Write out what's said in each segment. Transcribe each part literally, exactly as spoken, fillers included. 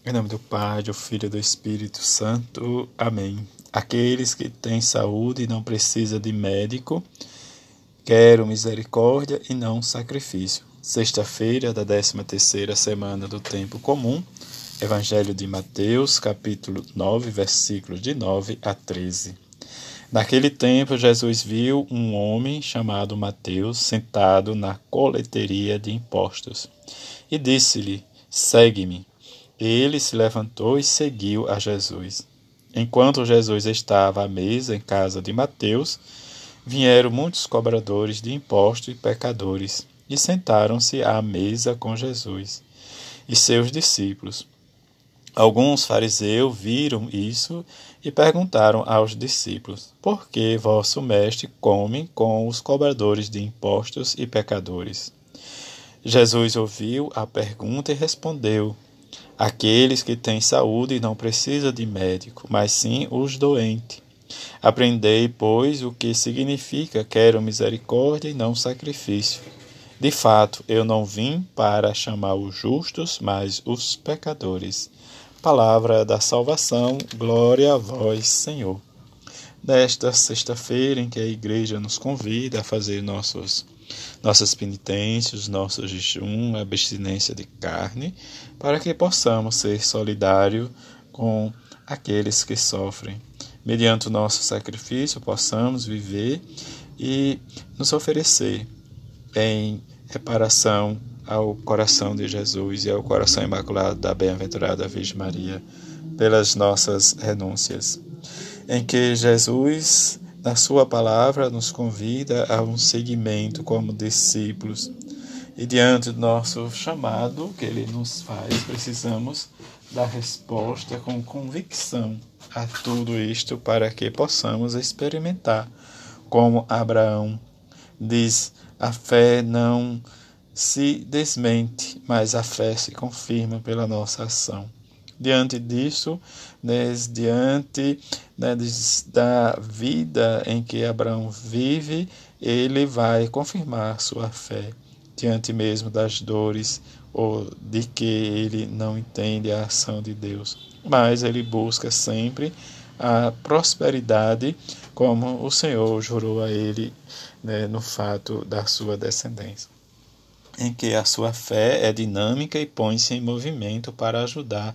Em nome do Pai, do Filho e do Espírito Santo. Amém. Aqueles que têm saúde e não precisam de médico, quero misericórdia e não sacrifício. Sexta-feira da décima terceira semana do tempo comum. Evangelho de Mateus, capítulo nove, versículos de nove a treze. Naquele tempo, Jesus viu um homem chamado Mateus sentado na coleteria de impostos e disse-lhe: segue-me. Ele se levantou e seguiu a Jesus. Enquanto Jesus estava à mesa em casa de Mateus, vieram muitos cobradores de impostos e pecadores e sentaram-se à mesa com Jesus e seus discípulos. Alguns fariseus viram isso e perguntaram aos discípulos: por que vosso mestre come com os cobradores de impostos e pecadores? Jesus ouviu a pergunta e respondeu: aqueles que têm saúde não precisam de médico, mas sim os doentes. Aprendei, pois, o que significa quero misericórdia e não sacrifício. De fato, eu não vim para chamar os justos, mas os pecadores. Palavra da salvação, glória a vós, Senhor. Nesta sexta-feira em que a Igreja nos convida a fazer nossos nossas penitências, nosso jejum, abstinência de carne, para que possamos ser solidários com aqueles que sofrem. Mediante o nosso sacrifício, possamos viver e nos oferecer em reparação ao coração de Jesus e ao coração imaculado da bem-aventurada Virgem Maria, pelas nossas renúncias. Em que Jesus, na sua palavra, nos convida a um seguimento como discípulos. E diante do nosso chamado que Ele nos faz, precisamos dar resposta com convicção a tudo isto para que possamos experimentar. Como Abraão diz, a fé não se desmente, mas a fé se confirma pela nossa ação. Diante disso, né, diante né, da vida em que Abraão vive, ele vai confirmar sua fé. Diante mesmo das dores ou de que ele não entende a ação de Deus. Mas ele busca sempre a prosperidade, como o Senhor jurou a ele, né, no fato da sua descendência, em que a sua fé é dinâmica e põe-se em movimento para ajudar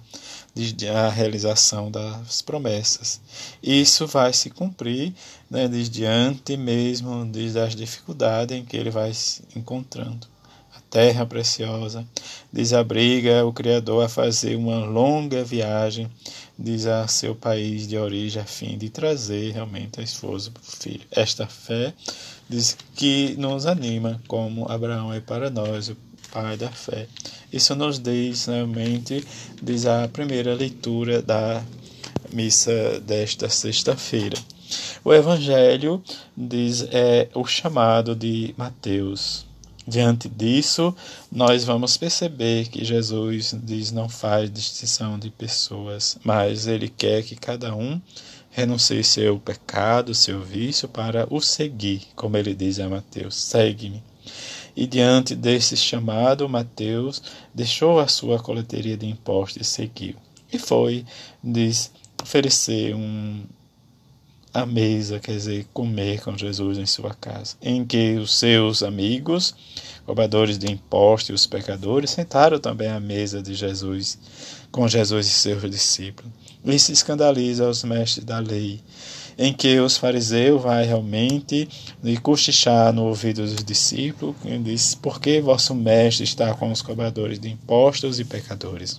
a realização das promessas. Isso vai se cumprir, né, desde diante mesmo desde as dificuldades em que ele vai se encontrando. A terra preciosa desabriga o Criador a fazer uma longa viagem, diz a seu país de origem, a fim de trazer realmente a esposa para o filho. Esta fé diz que nos anima, como Abraão é para nós o pai da fé. Isso nos diz realmente, diz a primeira leitura da missa desta sexta-feira. O Evangelho diz é o chamado de Mateus. Diante disso, nós vamos perceber que Jesus diz não faz distinção de pessoas, mas ele quer que cada um renuncie seu pecado, seu vício, para o seguir, como ele diz a Mateus, segue-me. E diante desse chamado, Mateus deixou a sua coleteria de impostos e seguiu. E foi, diz, oferecer um à mesa, quer dizer, comer com Jesus em sua casa, em que os seus amigos, cobradores de impostos e os pecadores, sentaram também à mesa de Jesus, com Jesus e seus discípulos. E se escandaliza aos mestres da lei, em que os fariseus vai realmente cochichar no ouvido dos discípulos, e diz, por que vosso mestre está com os cobradores de impostos e pecadores?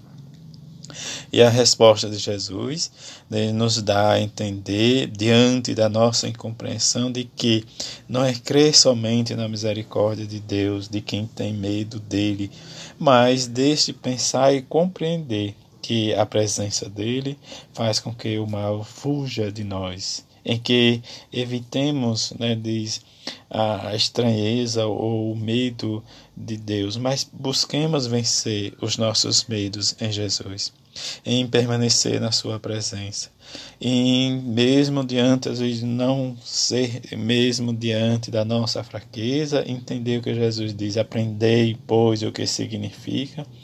E a resposta de Jesus, né, nos dá a entender, diante da nossa incompreensão, de que não é crer somente na misericórdia de Deus, de quem tem medo dele, mas deste pensar e compreender que a presença dele faz com que o mal fuja de nós, em que evitemos, né, diz, a estranheza ou o medo de Deus, mas busquemos vencer os nossos medos em Jesus, em permanecer na sua presença, em mesmo diante de não ser, mesmo diante da nossa fraqueza, entender o que Jesus diz, aprendei, pois, o que significa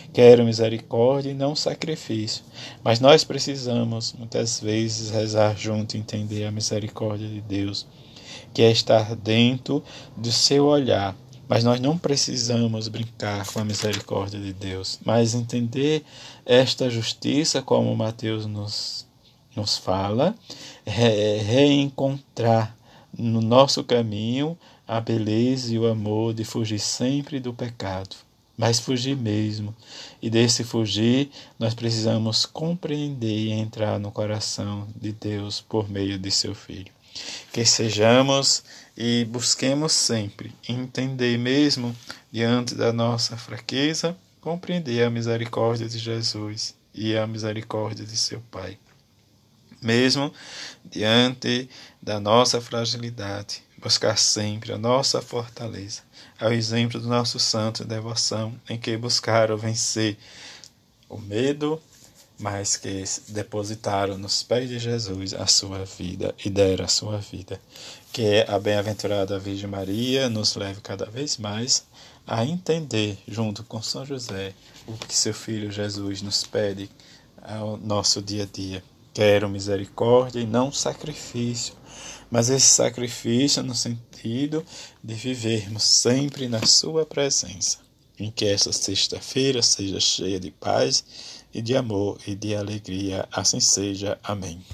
Quero misericórdia e não sacrifício. Mas nós precisamos, muitas vezes, rezar junto e entender a misericórdia de Deus, que é estar dentro do seu olhar. Mas nós não precisamos brincar com a misericórdia de Deus, mas entender esta justiça, como Mateus nos, nos fala, é reencontrar no nosso caminho a beleza e o amor de fugir sempre do pecado, mas fugir mesmo. E desse fugir, nós precisamos compreender e entrar no coração de Deus por meio de seu Filho. Que sejamos e busquemos sempre entender mesmo, diante da nossa fraqueza, compreender a misericórdia de Jesus e a misericórdia de seu Pai. Mesmo diante da nossa fragilidade, buscar sempre a nossa fortaleza, ao exemplo do nosso santo de devoção, em que buscaram vencer o medo, mas que depositaram nos pés de Jesus a sua vida e deram a sua vida. Que a bem-aventurada Virgem Maria nos leve cada vez mais a entender, junto com São José, o que seu Filho Jesus nos pede ao nosso dia a dia. Quero misericórdia e não sacrifício, mas esse sacrifício no sentido de vivermos sempre na sua presença. Em que esta sexta-feira seja cheia de paz e de amor e de alegria. Assim seja. Amém.